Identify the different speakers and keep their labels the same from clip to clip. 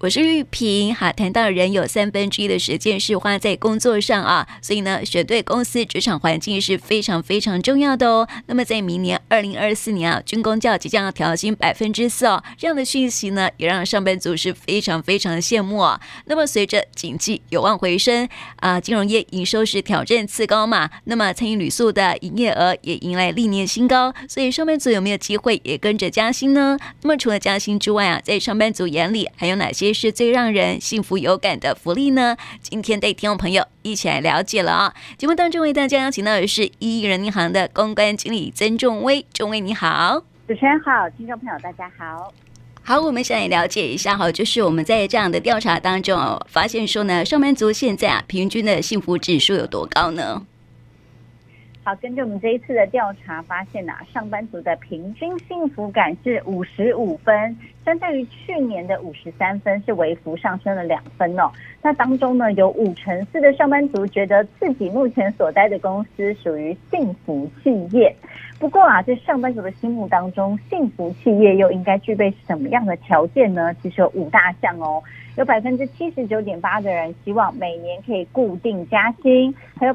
Speaker 1: 我是玉萍。好，谈到人有1/3的时间是花在工作上啊，所以呢，选对公司职场环境是非常非常重要的哦。那么在明年2024年啊，军公教即将要调薪4%哦，这样的讯息呢，也让上班族是非常非常羡慕啊。那么随着经济有望回升啊，金融业营收是挑战次高嘛，那么餐饮旅宿的营业额也迎来历年新高，所以上班族有没有机会也跟着加薪呢？那么除了加薪之外啊，在上班族眼里还有哪些是最让人幸福有感的福利呢？今天带听众朋友一起来了解了啊。节目当中为大家邀请到的是1亿人银行的公关经理曾仲威，仲威你好。
Speaker 2: 主持人好，听众朋友大家好。
Speaker 1: 好，我们想来了解一下哈，就是我们在这样的调查当中哦，发现说呢，上班族现在啊，平均的幸福指数有多高呢？
Speaker 2: 好，根据我们这一次的调查发现啊，上班族的平均幸福感是55分，相较于去年的53分，是微幅上升了2分哦。那当中呢，有54%的上班族觉得自己目前所待的公司属于幸福企业。不过啊，在上班族的心目当中，幸福企业又应该具备什么样的条件呢？其实有5大项哦。有79.8%的人希望每年可以固定加薪，还有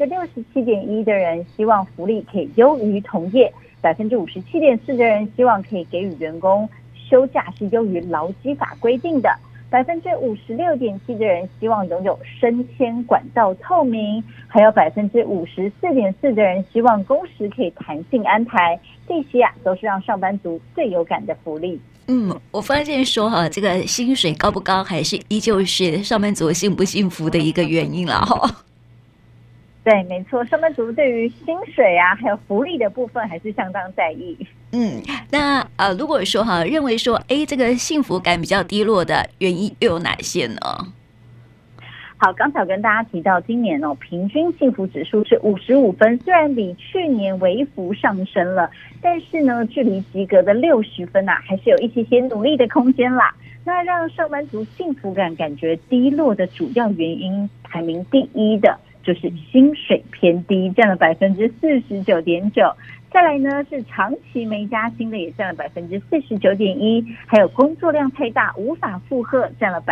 Speaker 2: 67.1%的人希望福利可以优于同业，57.4%的人希望可以给予员工休假是优于劳基法规定的，56.7%的人希望拥有升迁管道透明，还有54.4%的人希望工时可以弹性安排。这些啊，都是让上班族最有感的福利。
Speaker 1: 我发现说哈，这个薪水高不高，还是依旧是上班族幸不幸福的一个原因啦哈。
Speaker 2: 对，没错，上班族对于薪水啊，还有福利的部分还是相当在意。
Speaker 1: 那如果说哈，认为说，这个幸福感比较低落的原因又有哪些呢？
Speaker 2: 好，刚才我跟大家提到，今年平均幸福指数是55分，虽然比去年微幅上升了，但是呢，距离及格的60分啊，还是有一些努力的空间啦。那让上班族幸福感感觉低落的主要原因，排名第一的就是薪水偏低，占了49.9%。再来呢是长期没加薪的，也占了49.1%，还有工作量太大无法负荷，占了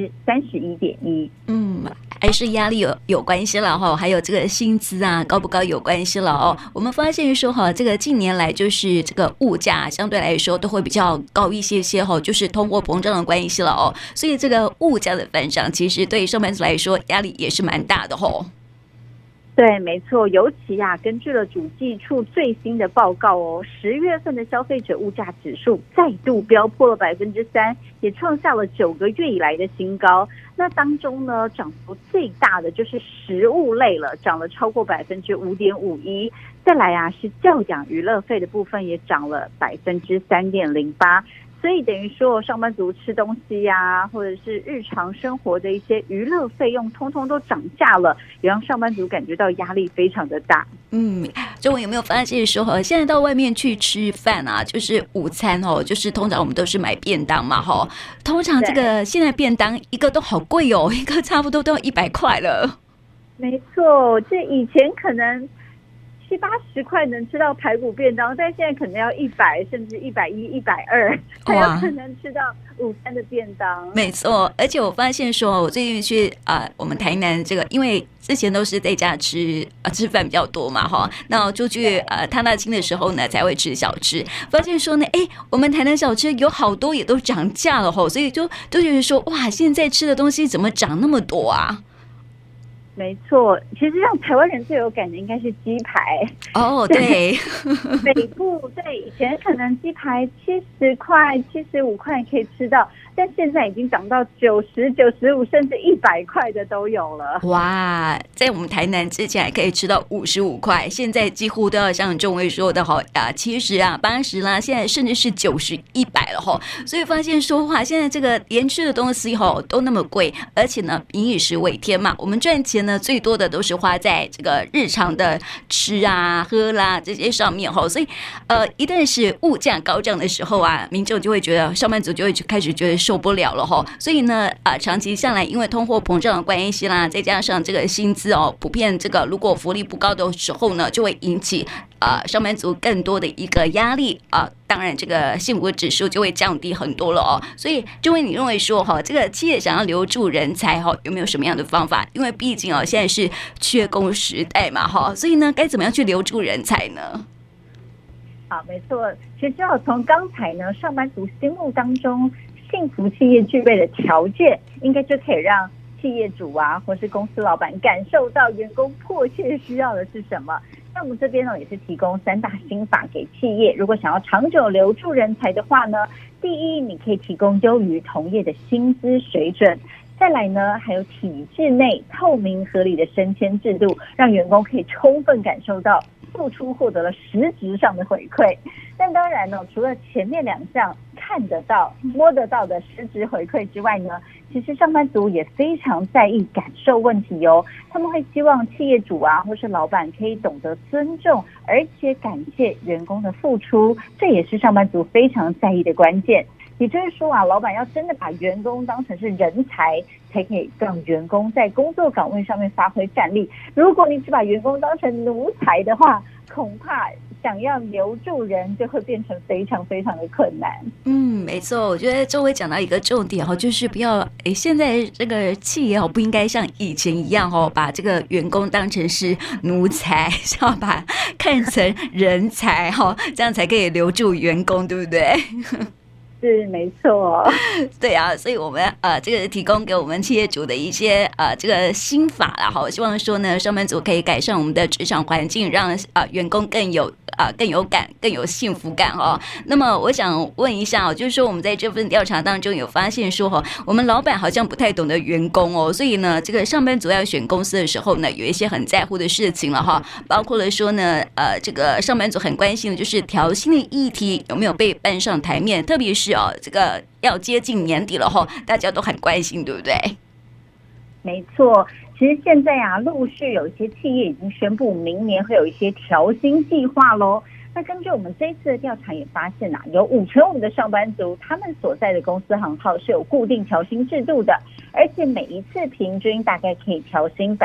Speaker 2: 31.1%。
Speaker 1: 还是压力有关系了哈，还有这个薪资啊高不高有关系了哦。我们发现说哈，这个近年来就是这个物价相对来说都会比较高一些哈，就是通货膨胀的关系了哦。所以这个物价的翻涨，其实对上班族来说压力也是蛮大的哈。
Speaker 2: 对，没错，尤其啊，根据了主计处最新的报告哦，10月份的消费者物价指数再度飙破了3%，也创下了9个月以来的新高。那当中呢，涨幅最大的就是食物类了，涨了超过5.51%。再来啊，是教养娱乐费的部分也涨了3.08%。所以等于说，上班族吃东西啊，或者是日常生活的一些娱乐费用，通通都涨价了，也让上班族感觉到压力非常的大。
Speaker 1: 中文有没有发现说，现在到外面去吃饭啊，就是午餐哦，就是通常我们都是买便当嘛，哈，通常这个现在便当一个都好贵哦，一个差不多都要100块了。
Speaker 2: 没错，这以前可能70-80块能吃到排骨便当，但现在可能要100，甚至110、120，才有可能吃到午餐的便当。
Speaker 1: 没错，而且我发现说，我最近去我们台南这个，因为之前都是在家吃饭比较多嘛哈，那出去踏大青的时候呢，才会吃小吃。发现说呢，我们台南小吃有好多也都涨价了哈，所以就都觉得说，哇，现在吃的东西怎么涨那么多啊？
Speaker 2: 没错，其实让台湾人最有感的应该是鸡排
Speaker 1: 哦，对，
Speaker 2: 北部对以前可能鸡排70块、75块可以吃到，但现在已经涨到90、95，甚至100块的都有了。
Speaker 1: 哇，在我们台南之前还可以吃到55块，现在几乎都要像仲威说的70啊、80啦，现在甚至是90、100了哈。所以发现说哇，现在这个连吃的东西都那么贵，而且呢，民以食为天嘛，我们赚钱呢最多的都是花在这个日常的吃啊、喝啦这些上面哈。所以一旦是物价高涨的时候啊，民众就会觉得，上班族就会开始觉得受不了了哈。所以呢长期下来，因为通货膨胀的关系啦，再加上这个薪资普遍这个如果福利不高的时候呢，就会引起上班族更多的一个压力当然这个幸福指数就会降低很多了哦。所以就为你认为说这个企业想要留住人才有没有什么样的方法？因为毕竟现在是缺工时代嘛所以呢该怎么样去留住人才呢？
Speaker 2: 好，没错，其实从刚才呢上班族心目当中幸福企业具备的条件，应该就可以让企业主或是公司老板感受到员工迫切需要的是什么。那我们这边呢也是提供3大心法给企业，如果想要长久留住人才的话呢，第一，你可以提供优于同业的薪资水准，再来呢还有体制内透明合理的升迁制度，让员工可以充分感受到付出获得了实质上的回馈。但当然呢，除了前面2项看得到摸得到的实质回馈之外呢，其实上班族也非常在意感受问题哦。他们会希望企业主或是老板可以懂得尊重而且感谢员工的付出，这也是上班族非常在意的关键。也就是说老板要真的把员工当成是人才，才可以让员工在工作岗位上面发挥战力。如果你只把员工当成奴才的话，恐怕想要留住人就会变成非常非常的困难。
Speaker 1: 没错，我觉得周伟讲到一个重点就是不要现在这个企业不应该像以前一样把这个员工当成是奴才，要把看成人才这样才可以留住员工，对不对？
Speaker 2: 是没错，
Speaker 1: 对所以我们这个提供给我们企业主的一些这个心法啦我希望说呢，上班族可以改善我们的职场环境，让员工更有感，更有幸福感那么我想问一下就是说我们在这份调查当中有发现说我们老板好像不太懂得员工所以呢，这个上班族要选公司的时候呢，有一些很在乎的事情了包括了说呢，这个上班族很关心的就是调薪的议题有没有被搬上台面，特别是这个要接近年底了大家都很关心，对不对？
Speaker 2: 没错，其实现在陆续有一些企业已经宣布明年会有一些调薪计划咯。那根据我们这一次的调查也发现有55%的上班族他们所在的公司行号是有固定调薪制度的，而且每一次平均大概可以调薪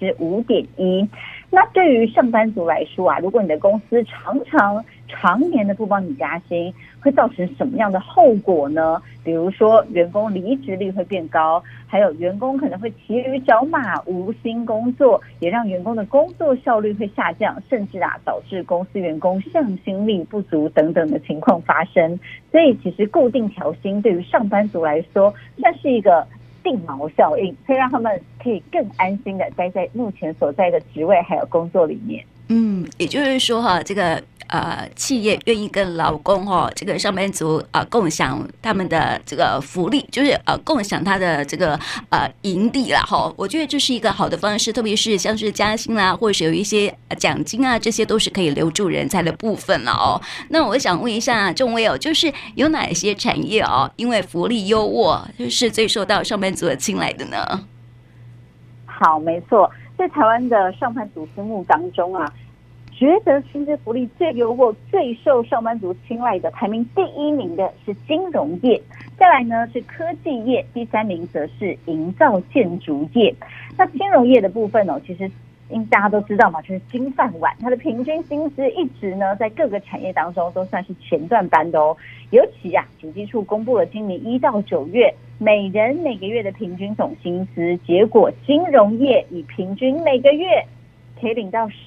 Speaker 2: 5.1%。那对于上班族来说如果你的公司常年的不帮你加薪，会造成什么样的后果呢？比如说员工离职率会变高，还有员工可能会骑驴找马无心工作，也让员工的工作效率会下降，甚至导致公司员工向心力不足等等的情况发生。所以其实固定调薪对于上班族来说算是一个定锚效应，可以让他们可以更安心的待在目前所在的职位还有工作里面。
Speaker 1: 也就是说这个企业愿意跟劳工这个上班族共享他们的这个福利，就是共享他的这个盈利啦我觉得这是一个好的方式，特别是像是加薪啦，或者是有一些奖金这些都是可以留住人才的部分了那我想问一下仲威就是有哪些产业因为福利优渥就是最受到上班族的青睐的呢？
Speaker 2: 好，没错，在台湾的上班族心目当中觉得薪资福利最优渥、最受上班族青睐的，排名第1名的是金融业，再来呢是科技业，第3名则是营造建筑业。那金融业的部分其实大家都知道嘛，就是金饭碗，它的平均薪资一直呢在各个产业当中都算是前段班的尤其主计处公布了今年1到9月每人每个月的平均总薪资，结果金融业以平均每个月可以领到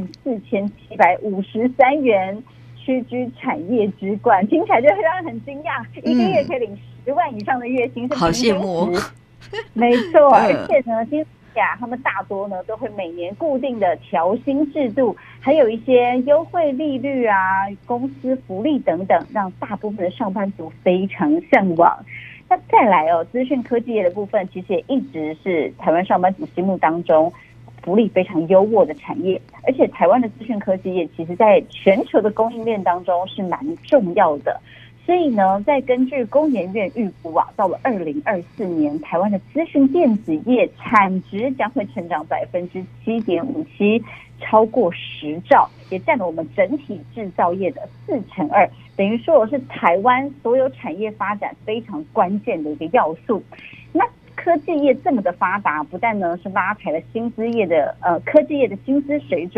Speaker 2: 104753元，屈居产业之冠，听起来就会让人很惊讶，一个月可以领10万以上的月薪，
Speaker 1: 好羡慕
Speaker 2: 没错，而且呢金他们大多呢都会每年固定的调薪制度，还有一些优惠利率公司福利等等，让大部分的上班族非常向往。那再来资讯科技业的部分，其实也一直是台湾上班族心目当中福利非常优渥的产业，而且台湾的资讯科技业其实在全球的供应链当中是蛮重要的。所以呢，在根据工研院预估到了2024年，台湾的资讯电子业产值将会成长7.57%，超过10兆，也占了我们整体制造业的2%，等于说是台湾所有产业发展非常关键的一个要素。那科技业这么的发达，不但呢是拉抬了科技业的薪资水准，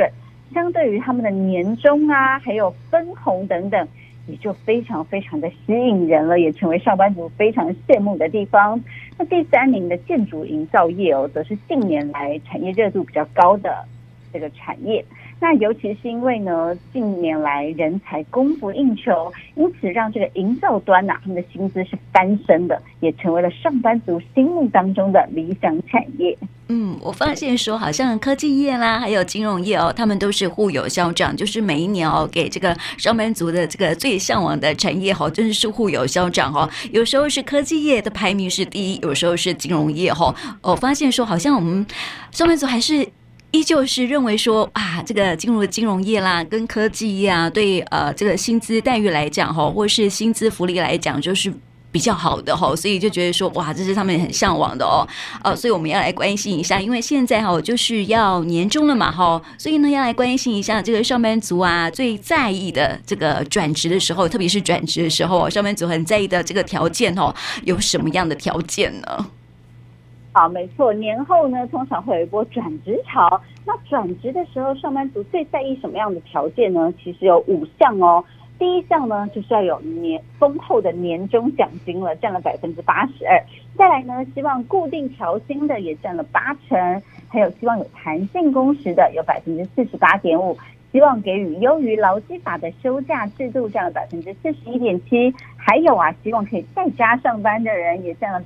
Speaker 2: 相对于他们的年终啊，还有分红等等，也就非常非常的吸引人了，也成为上班族非常羡慕的地方。那第3名的建筑营造业则是近年来产业热度比较高的这个产业。那尤其是因为呢，近年来人才供不应求，因此让这个营造端他们的薪资是翻身的，也成为了上班族心目当中的理想产业。
Speaker 1: 我发现说好像科技业啦，还有金融业他们都是互有消长，就是每一年给这个上班族的这个最向往的产业真是互有消长有时候是科技业的排名是第一，有时候是金融业我发现说好像我们上班族还是依旧是认为说这个进入金融业啦，跟科技业对这个薪资待遇来讲或是薪资福利来讲，就是比较好的所以就觉得说哇，这是他们很向往的所以我们要来关心一下，因为现在就是要年终了嘛所以呢要来关心一下这个上班族最在意的这个转职的时候，特别是转职的时候上班族很在意的这个条件有什么样的条件呢？
Speaker 2: 好，没错，年后呢通常会有一波转职潮。那转职的时候，上班族最在意什么样的条件呢？其实有5项第一项呢，就是要有丰厚的年终奖金了，占了82%。再来呢，希望固定调薪的也占了80%，还有希望有弹性工时的有48.5%。希望给予优于劳基法的休假制度，占了41.7%，还有希望可以在家上班的人也占了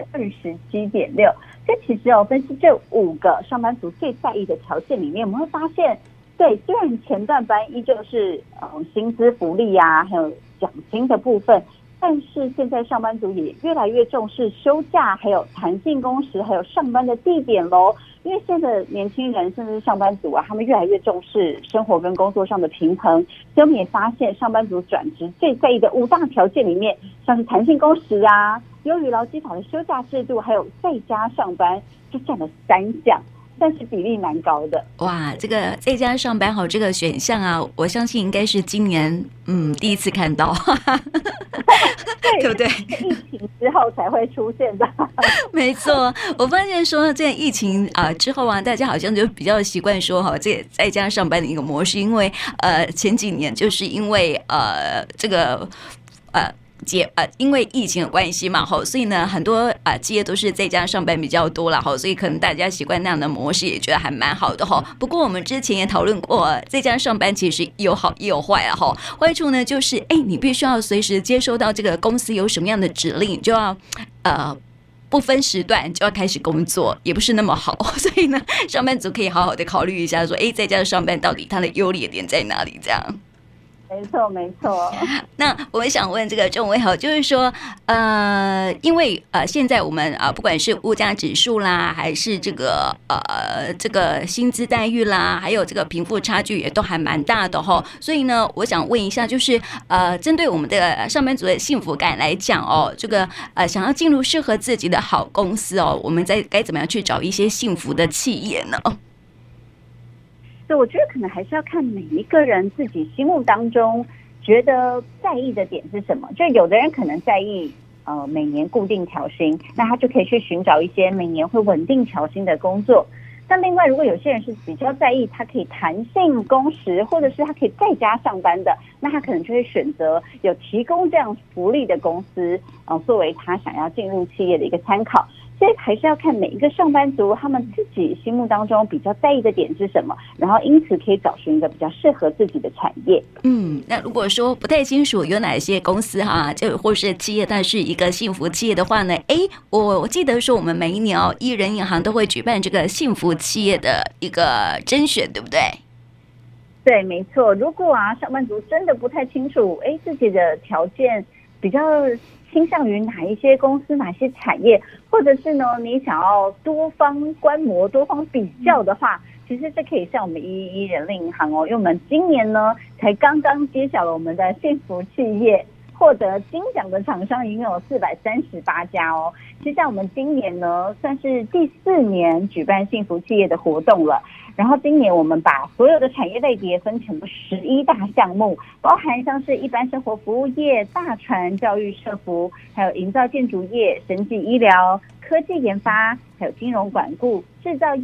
Speaker 2: 27.6%。所以其实分析这5个上班族最在意的条件里面，我们会发现，对，虽然前段班依旧是薪资福利还有奖金的部分，但是现在上班族也越来越重视休假，还有弹性工时，还有上班的地点咯。因为现在的年轻人甚至是上班族他们越来越重视生活跟工作上的平衡，所以我们也发现上班族转职最在意的5大条件里面，像是弹性工时优于劳基法的休假制度，还有在家上班，就占了3项。但是比例蛮高的。
Speaker 1: 哇，这个在家上班这个选项我相信应该是今年第一次看到对不对？
Speaker 2: 疫情之后才会出现的
Speaker 1: 没错，我发现说这疫情之后大家好像就比较习惯说这在家上班的一个模式，因为前几年就是因为这个因为疫情的关系嘛所以呢很多企业都是在家上班比较多啦所以可能大家习惯那样的模式，也觉得还蛮好的不过我们之前也讨论过，在家上班其实有好也有坏坏处呢就是你必须要随时接收到这个公司有什么样的指令，就要不分时段就要开始工作，也不是那么好，所以呢上班族可以好好的考虑一下说在家上班到底它的优劣点在哪里这样。
Speaker 2: 没错没错。
Speaker 1: 那我想问这个仲威就是说因为现在我们不管是物价指数啦，还是这个薪资待遇啦，还有这个贫富差距也都还蛮大的所以呢我想问一下，就是针对我们的上班族的幸福感来讲这个想要进入适合自己的好公司我们该怎么样去找一些幸福的企业呢？
Speaker 2: 所以我觉得可能还是要看每一个人自己心目当中觉得在意的点是什么。就有的人可能在意每年固定调薪，那他就可以去寻找一些每年会稳定调薪的工作。但另外如果有些人是比较在意他可以弹性工时，或者是他可以在家上班的，那他可能就会选择有提供这样福利的公司作为他想要进入企业的一个参考。所以还是要看每一个上班族他们自己心目当中比较在意的点是什么，然后因此可以找寻一个比较适合自己的产业。
Speaker 1: 那如果说不太清楚有哪些公司就或是企业它是一个幸福企业的话呢，我记得说我们每一年1人银行都会举办这个幸福企业的一个甄选，对不对？
Speaker 2: 对，没错。如果上班族真的不太清楚自己的条件比较倾向于哪一些公司哪些产业，或者是呢你想要多方观摩多方比较的话，其实这可以像我们111人力银行因为我们今年呢才刚刚揭晓了我们的幸福企业获得金奖的厂商已经有438家其实在我们今年呢算是第4年举办幸福企业的活动了。然后今年我们把所有的产业类别分成了11大项目，包含像是一般生活服务业、大传、教育社服，还有营造建筑业、生技医疗、科技研发，还有金融管顾、制造业、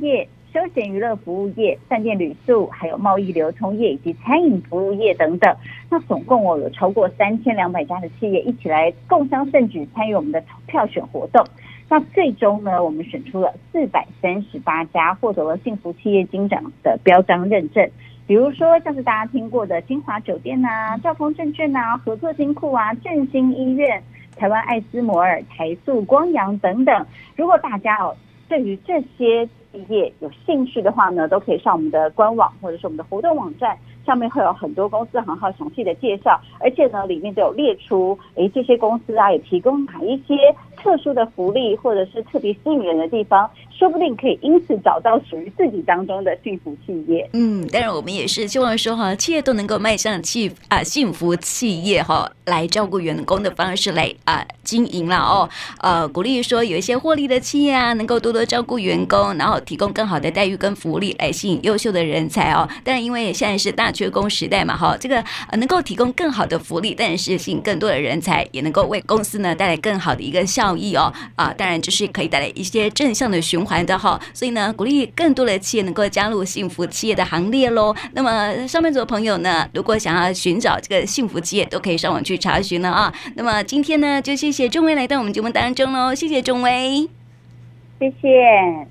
Speaker 2: 休闲娱乐服务业、饭店旅宿，还有贸易流通业以及餐饮服务业等等。那总共有超过3200家的企业一起来共襄盛举，参与我们的票选活动。那最终呢，我们选出了438家，获得了幸福企业金奖的标章认证。比如说，像是大家听过的金华酒店啊、兆丰证券啊、合作金库啊、振兴医院、台湾艾斯摩尔、台塑光阳等等。如果大家对于这些企业有兴趣的话呢，都可以上我们的官网或者是我们的活动网站，上面会有很多公司行号详细的介绍，而且呢，里面都有列出，这些公司啊，也提供哪一些特殊的福利，或者是特别吸引人的地方，说不定可以因此找到属于自己当中的幸福企业。
Speaker 1: 当然我们也是希望说企业都能够迈向幸福企业来照顾员工的方式来经营啦鼓励说有一些获利的企业啊，能够多多照顾员工，然后提供更好的待遇跟福利来吸引优秀的人才当然因为现在是大缺工时代嘛这个能够提供更好的福利，但是吸引更多的人才，也能够为公司呢带来更好的一个效益当然就是可以带来一些正向的循环的所以呢，鼓励更多的企业能够加入幸福企业的行列咯。那么上班族的朋友呢，如果想要寻找这个幸福企业，都可以上网去查询了那么今天呢，就谢谢钟薇来到我们节目当中咯，谢谢钟薇，
Speaker 2: 谢谢。